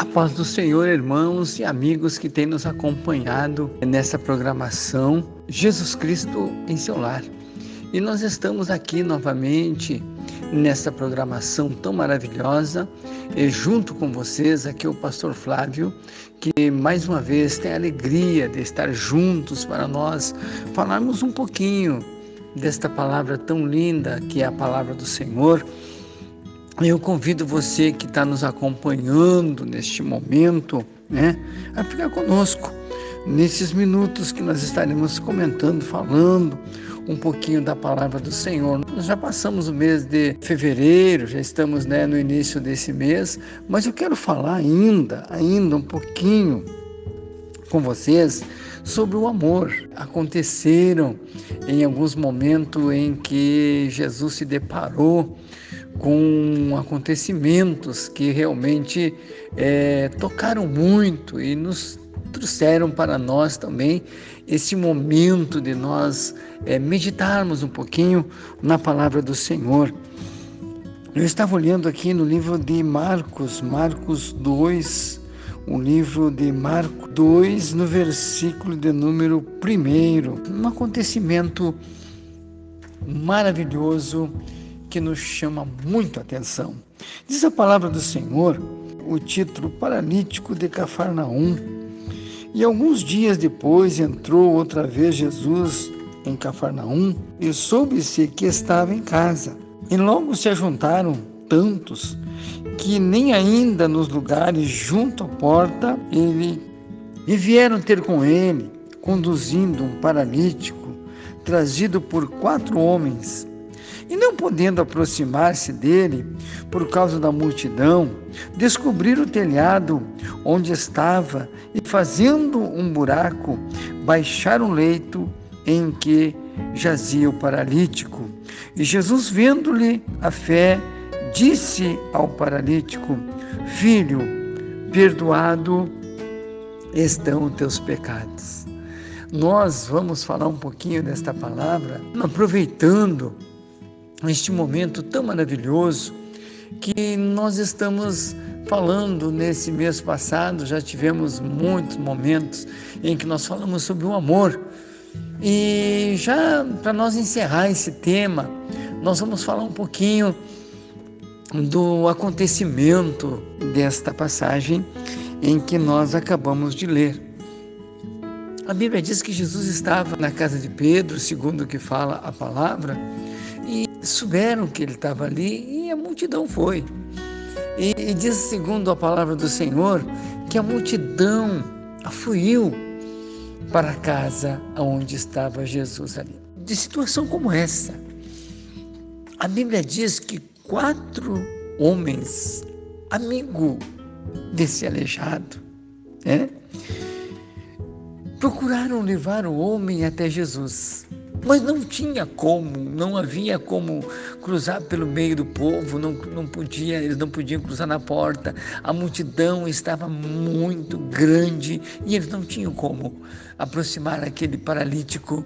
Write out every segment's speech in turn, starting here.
A paz do Senhor, irmãos e amigos que têm nos acompanhado nessa programação Jesus Cristo em seu lar. E nós estamos aqui novamente nessa programação tão maravilhosa, e junto com vocês aqui o pastor Flávio, que mais uma vez tem a alegria de estar juntos para nós falarmos um pouquinho desta palavra tão linda que é a palavra do Senhor. Eu convido você que está nos acompanhando neste momento, a ficar conosco nesses minutos que nós estaremos comentando, falando um pouquinho da palavra do Senhor. Nós já passamos o mês de fevereiro, já estamos no início desse mês, mas eu quero falar ainda um pouquinho com vocês sobre o amor. Aconteceram em alguns momentos em que Jesus se deparou com acontecimentos que realmente tocaram muito e nos trouxeram para nós também esse momento de nós meditarmos um pouquinho na palavra do Senhor. Eu estava olhando aqui no livro de Marcos 2, o livro de Marcos 2, no versículo de número 1, um acontecimento maravilhoso que nos chama muito a atenção. Diz a palavra do Senhor, o título Paralítico de Cafarnaum. E alguns dias depois entrou outra vez Jesus em Cafarnaum e soube-se que estava em casa. E logo se ajuntaram tantos que nem ainda nos lugares junto à porta e vieram ter com ele, conduzindo um paralítico, trazido por 4 homens. E não podendo aproximar-se dele, por causa da multidão, descobriram o telhado onde estava e, fazendo um buraco, baixaram o leito em que jazia o paralítico. E Jesus, vendo-lhe a fé, disse ao paralítico: Filho, perdoado estão os teus pecados. Nós vamos falar um pouquinho desta palavra, aproveitando este momento tão maravilhoso que nós estamos falando nesse mês passado. Já tivemos muitos momentos em que nós falamos sobre o amor. E já para nós encerrar esse tema, nós vamos falar um pouquinho do acontecimento desta passagem em que nós acabamos de ler. A Bíblia diz que Jesus estava na casa de Pedro, segundo o que fala a palavra, e souberam que ele estava ali e a multidão foi. E diz, segundo a palavra do Senhor, que a multidão afluiu para a casa onde estava Jesus ali. De situação como essa, a Bíblia diz que 4 homens, amigo desse aleijado, procuraram levar o homem até Jesus. Mas não tinha como, não havia como cruzar pelo meio do povo, eles não podiam cruzar na porta, a multidão estava muito grande e eles não tinham como aproximar aquele paralítico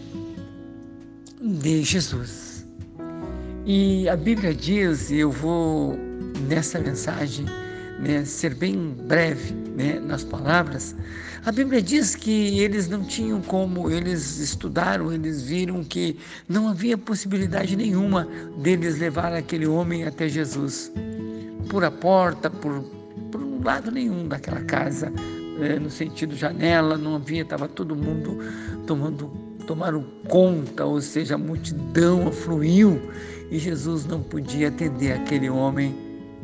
de Jesus. E a Bíblia diz, e eu vou nessa mensagem ser bem breve nas palavras, a Bíblia diz que eles não tinham como, eles estudaram, eles viram que não havia possibilidade nenhuma deles levar aquele homem até Jesus, por a porta, por um lado nenhum daquela casa, no sentido janela, não havia, estava todo mundo tomaram conta, ou seja, a multidão afluiu e Jesus não podia atender aquele homem.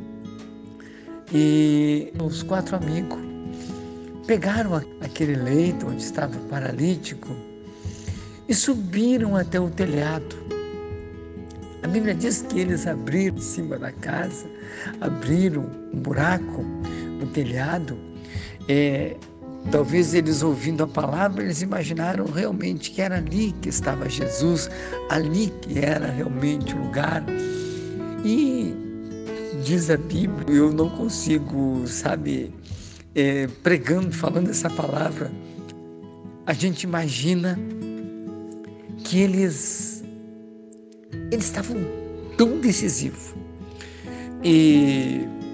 E os 4 amigos pegaram aquele leito onde estava o paralítico e subiram até o telhado. A Bíblia diz que eles abriram em cima da casa, abriram um buraco no telhado. Talvez eles, ouvindo a palavra, eles imaginaram realmente que era ali que estava Jesus, ali que era realmente o lugar. E diz a Bíblia, eu não consigo, pregando, falando essa palavra, a gente imagina que eles estavam tão decisivos e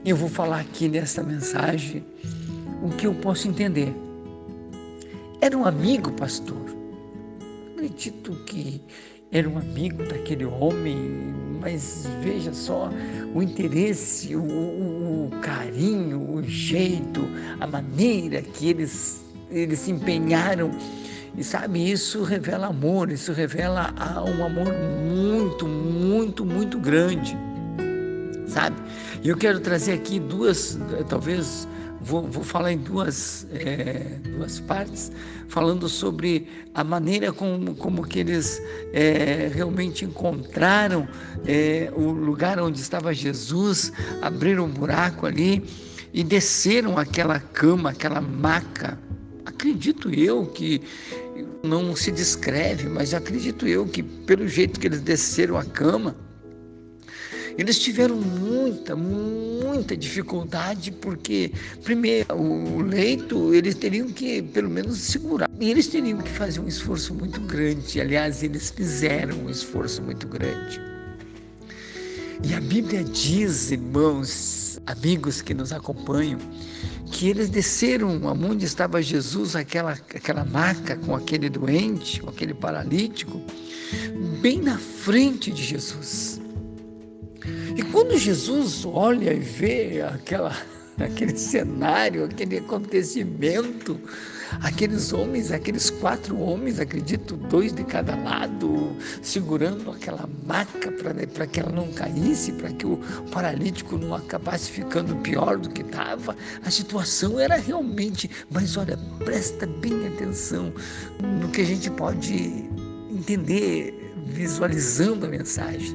Eu vou falar aqui nessa mensagem o que eu posso entender. Era um amigo, pastor. Acredito que era um amigo daquele homem, mas veja só o interesse, o carinho, o jeito, a maneira que eles se empenharam. E sabe, isso revela amor, isso revela um amor muito, muito, muito grande, sabe? E eu quero trazer aqui talvez vou falar em duas partes, falando sobre a maneira como que eles realmente encontraram o lugar onde estava Jesus, abriram um buraco ali e desceram aquela cama, aquela maca. Acredito eu que não se descreve, mas acredito eu que pelo jeito que eles desceram a cama, eles tiveram muita dificuldade, porque primeiro o leito eles teriam que pelo menos segurar, e eles teriam que fazer um esforço muito grande. Aliás, eles fizeram um esforço muito grande. E a Bíblia diz, irmãos, amigos que nos acompanham, que eles desceram aonde estava Jesus, aquela maca com aquele doente, com aquele paralítico, bem na frente de Jesus. E quando Jesus olha e vê aquele cenário, aquele acontecimento, aqueles homens, aqueles 4 homens, acredito, 2 de cada lado, segurando aquela maca para que ela não caísse, para que o paralítico não acabasse ficando pior do que estava. A situação era realmente, mas olha, presta bem atenção no que a gente pode entender visualizando a mensagem.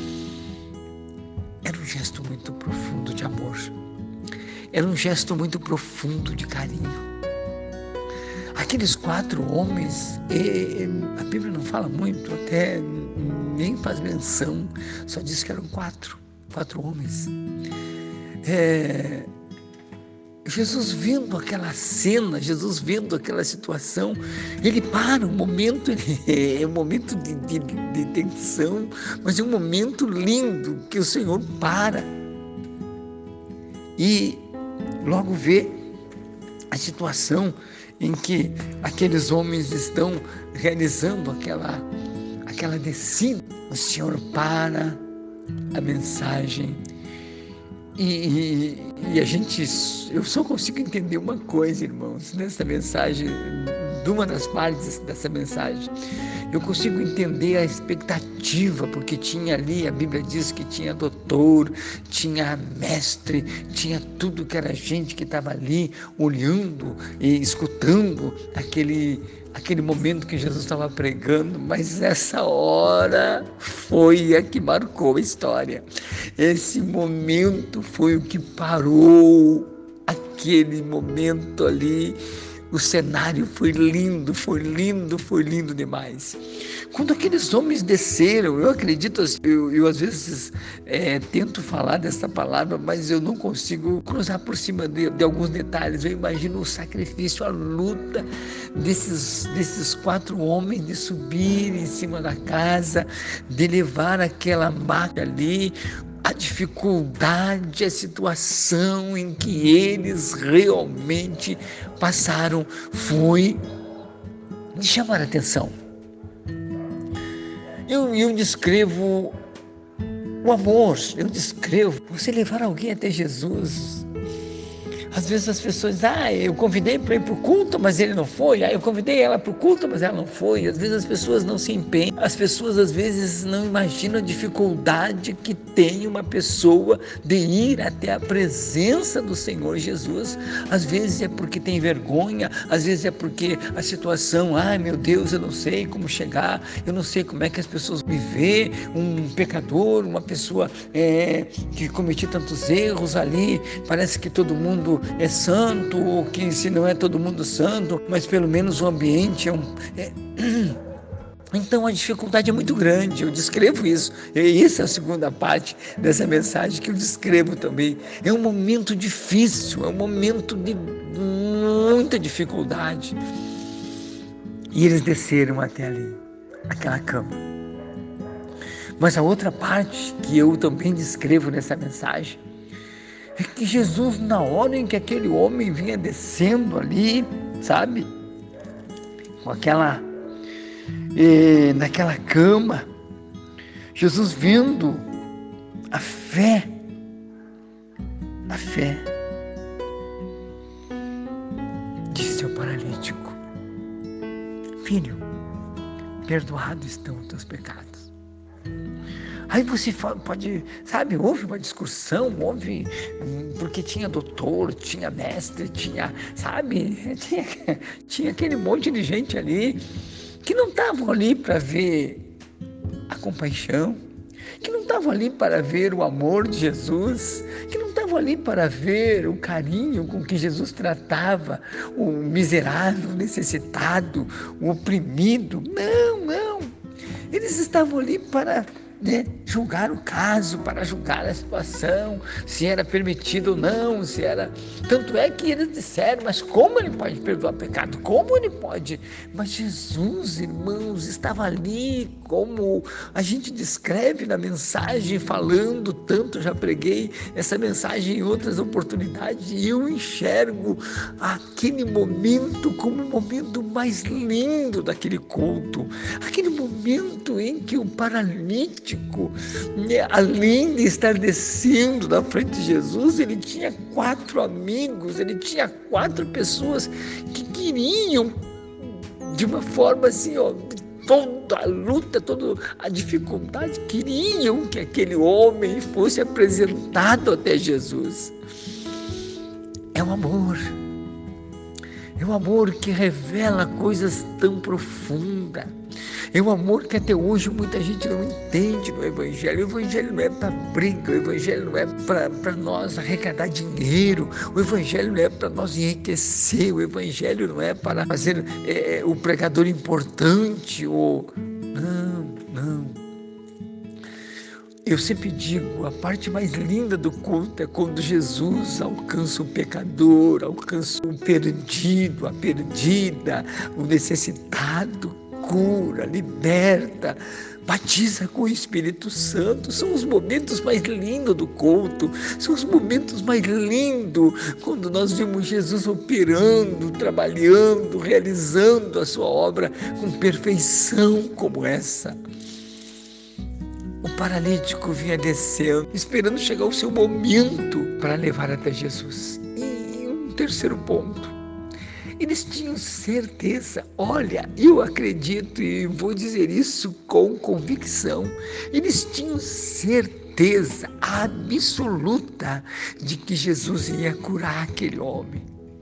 Era um gesto muito profundo de amor, era um gesto muito profundo de carinho. Aqueles 4 homens, a Bíblia não fala muito, até nem faz menção, só diz que eram 4 homens. Jesus vendo aquela cena, Jesus vendo aquela situação, ele para um momento, é um momento de tensão, mas é um momento lindo que o Senhor para e logo vê a situação em que aqueles homens estão realizando aquela descida. O Senhor para a mensagem e eu só consigo entender uma coisa, irmãos, nessa mensagem, de uma das partes dessa mensagem. Eu consigo entender a expectativa, porque tinha ali, a Bíblia diz que tinha doutor, tinha mestre, tinha tudo que era gente que estava ali olhando e escutando aquele momento que Jesus estava pregando, mas essa hora foi a que marcou a história. Esse momento foi o que parou aquele momento ali. O cenário foi lindo demais. Quando aqueles homens desceram, eu acredito, eu às vezes tento falar dessa palavra, mas eu não consigo cruzar por cima de alguns detalhes. Eu imagino o sacrifício, a luta desses 4 homens de subir em cima da casa, de levar aquela maca ali, a dificuldade, a situação em que eles realmente passaram foi de chamar a atenção. Eu descrevo o amor, eu descrevo você levar alguém até Jesus. Às vezes as pessoas eu convidei para ir para o culto, mas ele não foi. Eu convidei ela para o culto, mas ela não foi. Às vezes as pessoas não se empenham. As pessoas às vezes não imaginam a dificuldade que tem uma pessoa de ir até a presença do Senhor Jesus. Às vezes é porque tem vergonha, às vezes é porque a situação, meu Deus, eu não sei como chegar, eu não sei como é que as pessoas me veem, um pecador, uma pessoa que cometi tantos erros ali, parece que todo mundo é santo, ou que se não é todo mundo santo, mas pelo menos o ambiente Então a dificuldade é muito grande, eu descrevo isso. E essa é a segunda parte dessa mensagem que eu descrevo também. É um momento difícil, é um momento de muita dificuldade. E eles desceram até ali, aquela cama. Mas a outra parte que eu também descrevo nessa mensagem É que Jesus, na hora em que aquele homem vinha descendo ali, sabe, com naquela cama, Jesus vendo a fé, disse ao paralítico: filho, perdoados estão os teus pecados. Aí você pode, sabe, houve uma discussão, porque tinha doutor, tinha mestre, tinha aquele monte de gente ali que não estavam ali para ver a compaixão, que não estavam ali para ver o amor de Jesus, que não estavam ali para ver o carinho com que Jesus tratava o miserável, o necessitado, o oprimido. Não. Eles estavam ali para julgar o caso, para julgar a situação, se era permitido ou não, Tanto é que eles disseram: mas como ele pode perdoar pecado? Como ele pode? Mas Jesus, irmãos, estava ali, como a gente descreve na mensagem, falando tanto, já preguei essa mensagem em outras oportunidades, e eu enxergo aquele momento como o momento mais lindo daquele culto, aquele momento em que o paralítico, além de estar descendo da frente de Jesus, ele tinha 4 amigos, ele tinha 4 pessoas que queriam, de uma forma assim, toda a luta, toda a dificuldade, queriam que aquele homem fosse apresentado até Jesus. É o amor que revela coisas tão profundas. É um amor que até hoje muita gente não entende no Evangelho. O Evangelho não é para briga, o Evangelho não é para nós arrecadar dinheiro, o Evangelho não é para nós enriquecer, o Evangelho não é para fazer o pregador importante. Não. Eu sempre digo, a parte mais linda do culto é quando Jesus alcança o pecador, alcança o perdido, a perdida, o necessitado, cura, liberta, batiza com o Espírito Santo. São os momentos mais lindos do culto, são os momentos mais lindos quando nós vimos Jesus operando, trabalhando, realizando a sua obra com perfeição como essa. O paralítico vinha descendo, esperando chegar o seu momento para levar até Jesus. E um terceiro ponto, eles tinham certeza, olha, eu acredito e vou dizer isso com convicção, eles tinham certeza absoluta de que Jesus ia curar aquele homem.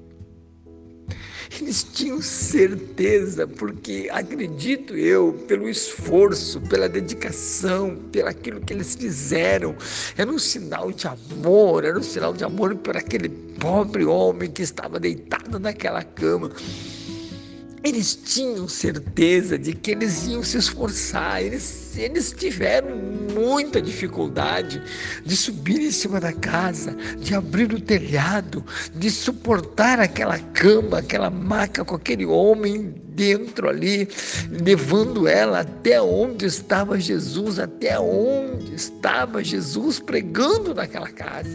Eles tinham certeza, porque acredito eu, pelo esforço, pela dedicação, pelo aquilo que eles fizeram, era um sinal de amor por aquele pobre homem que estava deitado naquela cama. Eles tinham certeza de que eles iam se esforçar, eles tiveram muita dificuldade de subir em cima da casa, de abrir o telhado, de suportar aquela cama, aquela maca com aquele homem dentro ali, levando ela até onde estava Jesus, pregando naquela casa.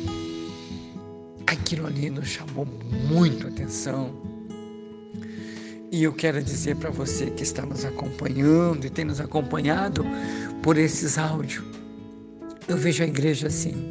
Aquilo ali nos chamou muito a atenção. E eu quero dizer para você que está nos acompanhando e tem nos acompanhado por esses áudios, eu vejo a igreja assim.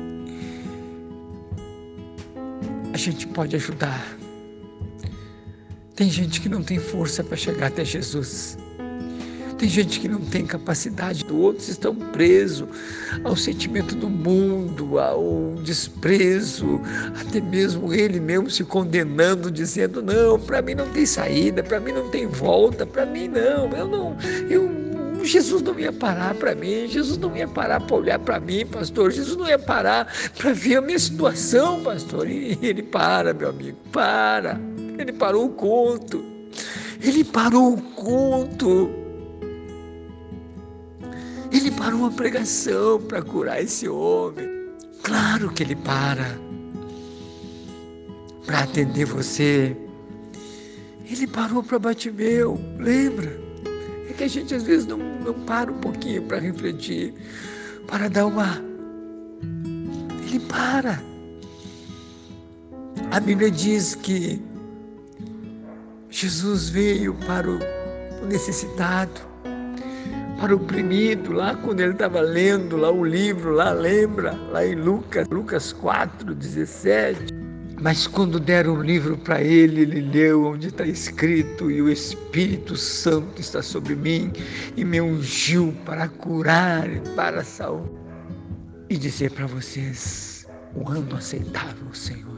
A gente pode ajudar. Tem gente que não tem força para chegar até Jesus. Tem gente que não tem capacidade, outros estão presos ao sentimento do mundo, ao desprezo, até mesmo ele mesmo se condenando, dizendo: não, para mim não tem saída, para mim não tem volta, para mim não, Jesus não ia parar para mim, Jesus não ia parar para olhar para mim, pastor, Jesus não ia parar para ver a minha situação, pastor. E ele para, meu amigo, ele parou o culto, ele parou a pregação para curar esse homem. Claro que ele para atender você. Ele parou para Bartimeu, lembra? É que a gente às vezes não para um pouquinho para refletir, para dar uma ele para. A Bíblia diz que Jesus veio para o necessitado, para o oprimido, lá quando ele estava lendo lá o livro, lá lembra, lá em Lucas 4:17. Mas quando deram o livro para ele, ele leu onde está escrito: e o Espírito Santo está sobre mim e me ungiu para curar e para salvar. E dizer para vocês, o ano aceitável, Senhor.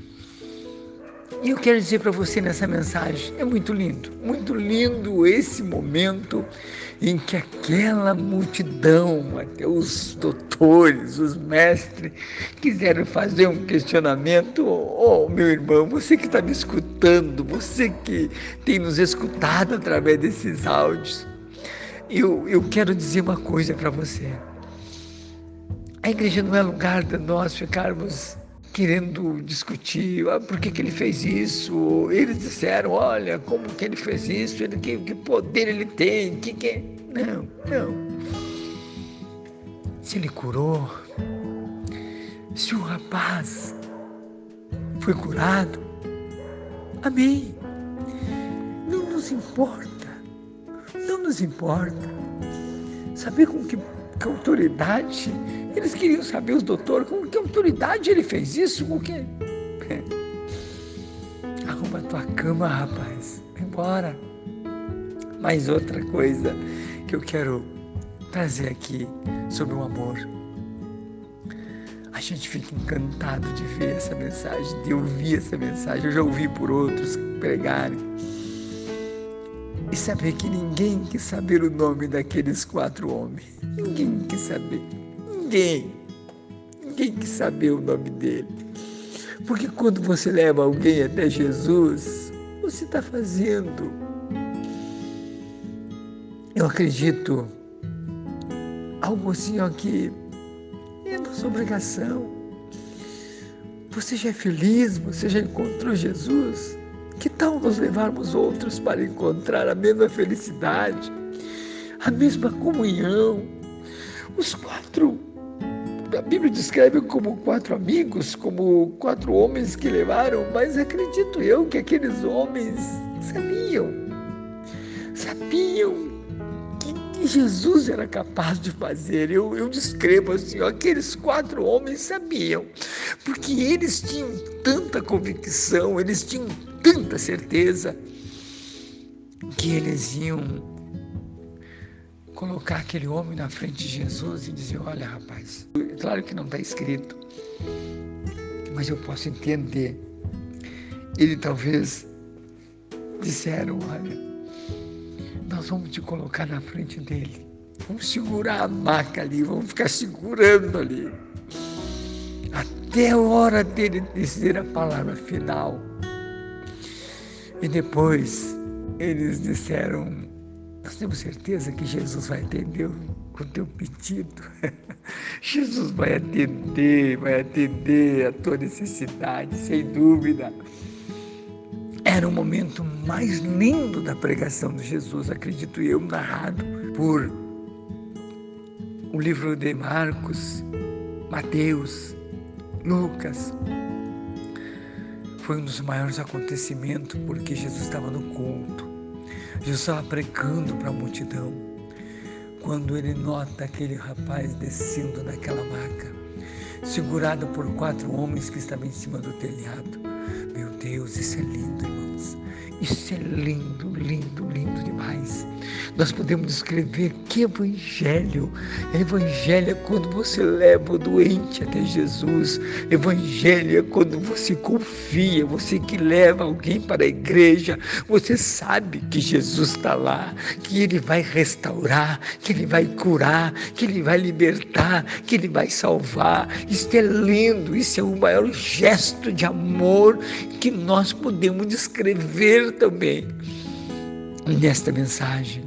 E eu quero dizer para você nessa mensagem, é muito lindo esse momento em que aquela multidão, até os doutores, os mestres, quiseram fazer um questionamento. Oh, meu irmão, você que está me escutando, você que tem nos escutado através desses áudios, eu quero dizer uma coisa para você. A igreja não é lugar de nós ficarmos querendo discutir, por que ele fez isso. Eles disseram, olha, como que ele fez isso, que poder ele tem, Não. Se ele curou, se o rapaz foi curado, amém. Não nos importa. Saber com que autoridade, eles queriam saber, os doutores, com que autoridade ele fez isso, com que... Arruma a tua cama, rapaz, vai embora. Mais outra coisa que eu quero trazer aqui sobre o amor. A gente fica encantado de ver essa mensagem, de ouvir essa mensagem. Eu já ouvi por outros pregarem. E saber que ninguém quis saber o nome daqueles 4 homens. Ninguém quis saber. Ninguém quis saber o nome dele. Porque quando você leva alguém até Jesus, você está fazendo. Eu acredito algo assim, ó, que é nossa obrigação. Você já é feliz? Você já encontrou Jesus? Que tal nós levarmos outros para encontrar a mesma felicidade, a mesma comunhão? Os 4, a Bíblia descreve como 4 amigos, como 4 homens que levaram, mas acredito eu que aqueles homens sabiam que Jesus era capaz de fazer. Eu descrevo assim, ó, aqueles 4 homens sabiam, porque eles tinham tanta convicção, eles tinham tanta certeza que eles iam colocar aquele homem na frente de Jesus e dizer, olha, rapaz, claro que não está escrito, mas eu posso entender. Ele talvez disseram, olha, nós vamos te colocar na frente dele, vamos segurar a maca ali, vamos ficar segurando ali, até a hora dele dizer a palavra final. E depois eles disseram, nós temos certeza que Jesus vai atender o teu pedido. Jesus vai atender a tua necessidade, sem dúvida. Era o momento mais lindo da pregação de Jesus, acredito eu, narrado por o livro de Marcos, Mateus, Lucas. Foi um dos maiores acontecimentos, porque Jesus estava no culto, Jesus estava pregando para a multidão, quando ele nota aquele rapaz descendo daquela maca, segurado por 4 homens que estavam em cima do telhado. Meu Deus, isso é lindo, irmãos. Isso é lindo, lindo, lindo demais. Nós podemos descrever que evangelho. Evangelho é quando você leva o doente até Jesus. Evangelho é quando você confia, você que leva alguém para a igreja. Você sabe que Jesus está lá, que Ele vai restaurar, que Ele vai curar, que Ele vai libertar, que Ele vai salvar. Isso é lindo, isso é o maior gesto de amor que nós podemos descrever também nesta mensagem.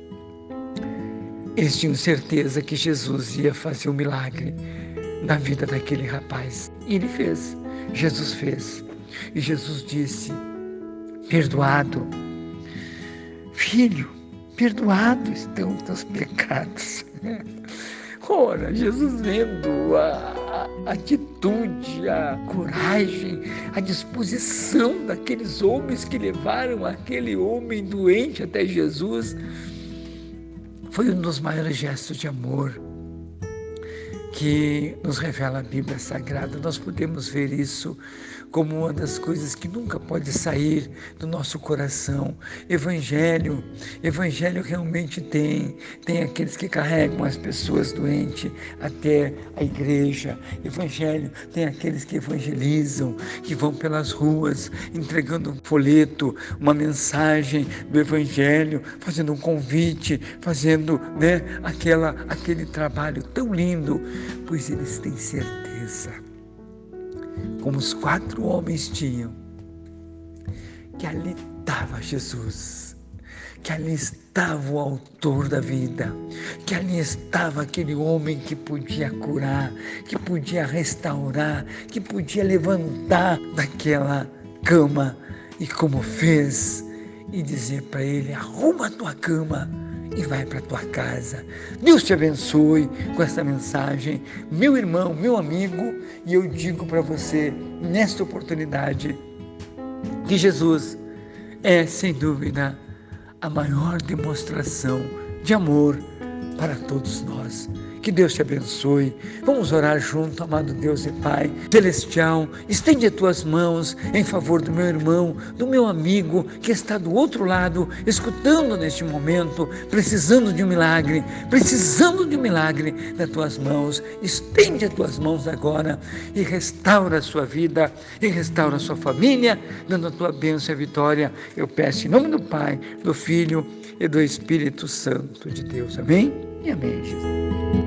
Eles tinham certeza que Jesus ia fazer um milagre na vida daquele rapaz. E ele fez. Jesus fez. E Jesus disse, perdoado. Filho, perdoado estão os teus pecados. Ora, Jesus vendo atitude, a coragem, a disposição daqueles homens que levaram aquele homem doente até Jesus foi um dos maiores gestos de amor que nos revela a Bíblia Sagrada. Nós podemos ver isso como uma das coisas que nunca pode sair do nosso coração. Evangelho realmente tem aqueles que carregam as pessoas doentes até a igreja. Evangelho tem aqueles que evangelizam, que vão pelas ruas entregando um folheto, uma mensagem do Evangelho, fazendo um convite, fazendo aquele trabalho tão lindo, pois eles têm certeza, como os 4 homens tinham, que ali estava Jesus, que ali estava o autor da vida, que ali estava aquele homem que podia curar, que podia restaurar, que podia levantar daquela cama, e como fez, e dizer para ele: arruma a tua cama e vai para a tua casa. Deus te abençoe com essa mensagem, meu irmão, meu amigo, e eu digo para você, nesta oportunidade, que Jesus é, sem dúvida, a maior demonstração de amor para todos nós. Que Deus te abençoe. Vamos orar junto, amado Deus e Pai Celestial. Estende as tuas mãos em favor do meu irmão, do meu amigo que está do outro lado, escutando neste momento, precisando de um milagre das tuas mãos. Estende as tuas mãos agora e restaura a sua vida, e restaura a sua família, dando a tua bênção e vitória. Eu peço em nome do Pai, do Filho e do Espírito Santo de Deus. Amém? E amém, Jesus.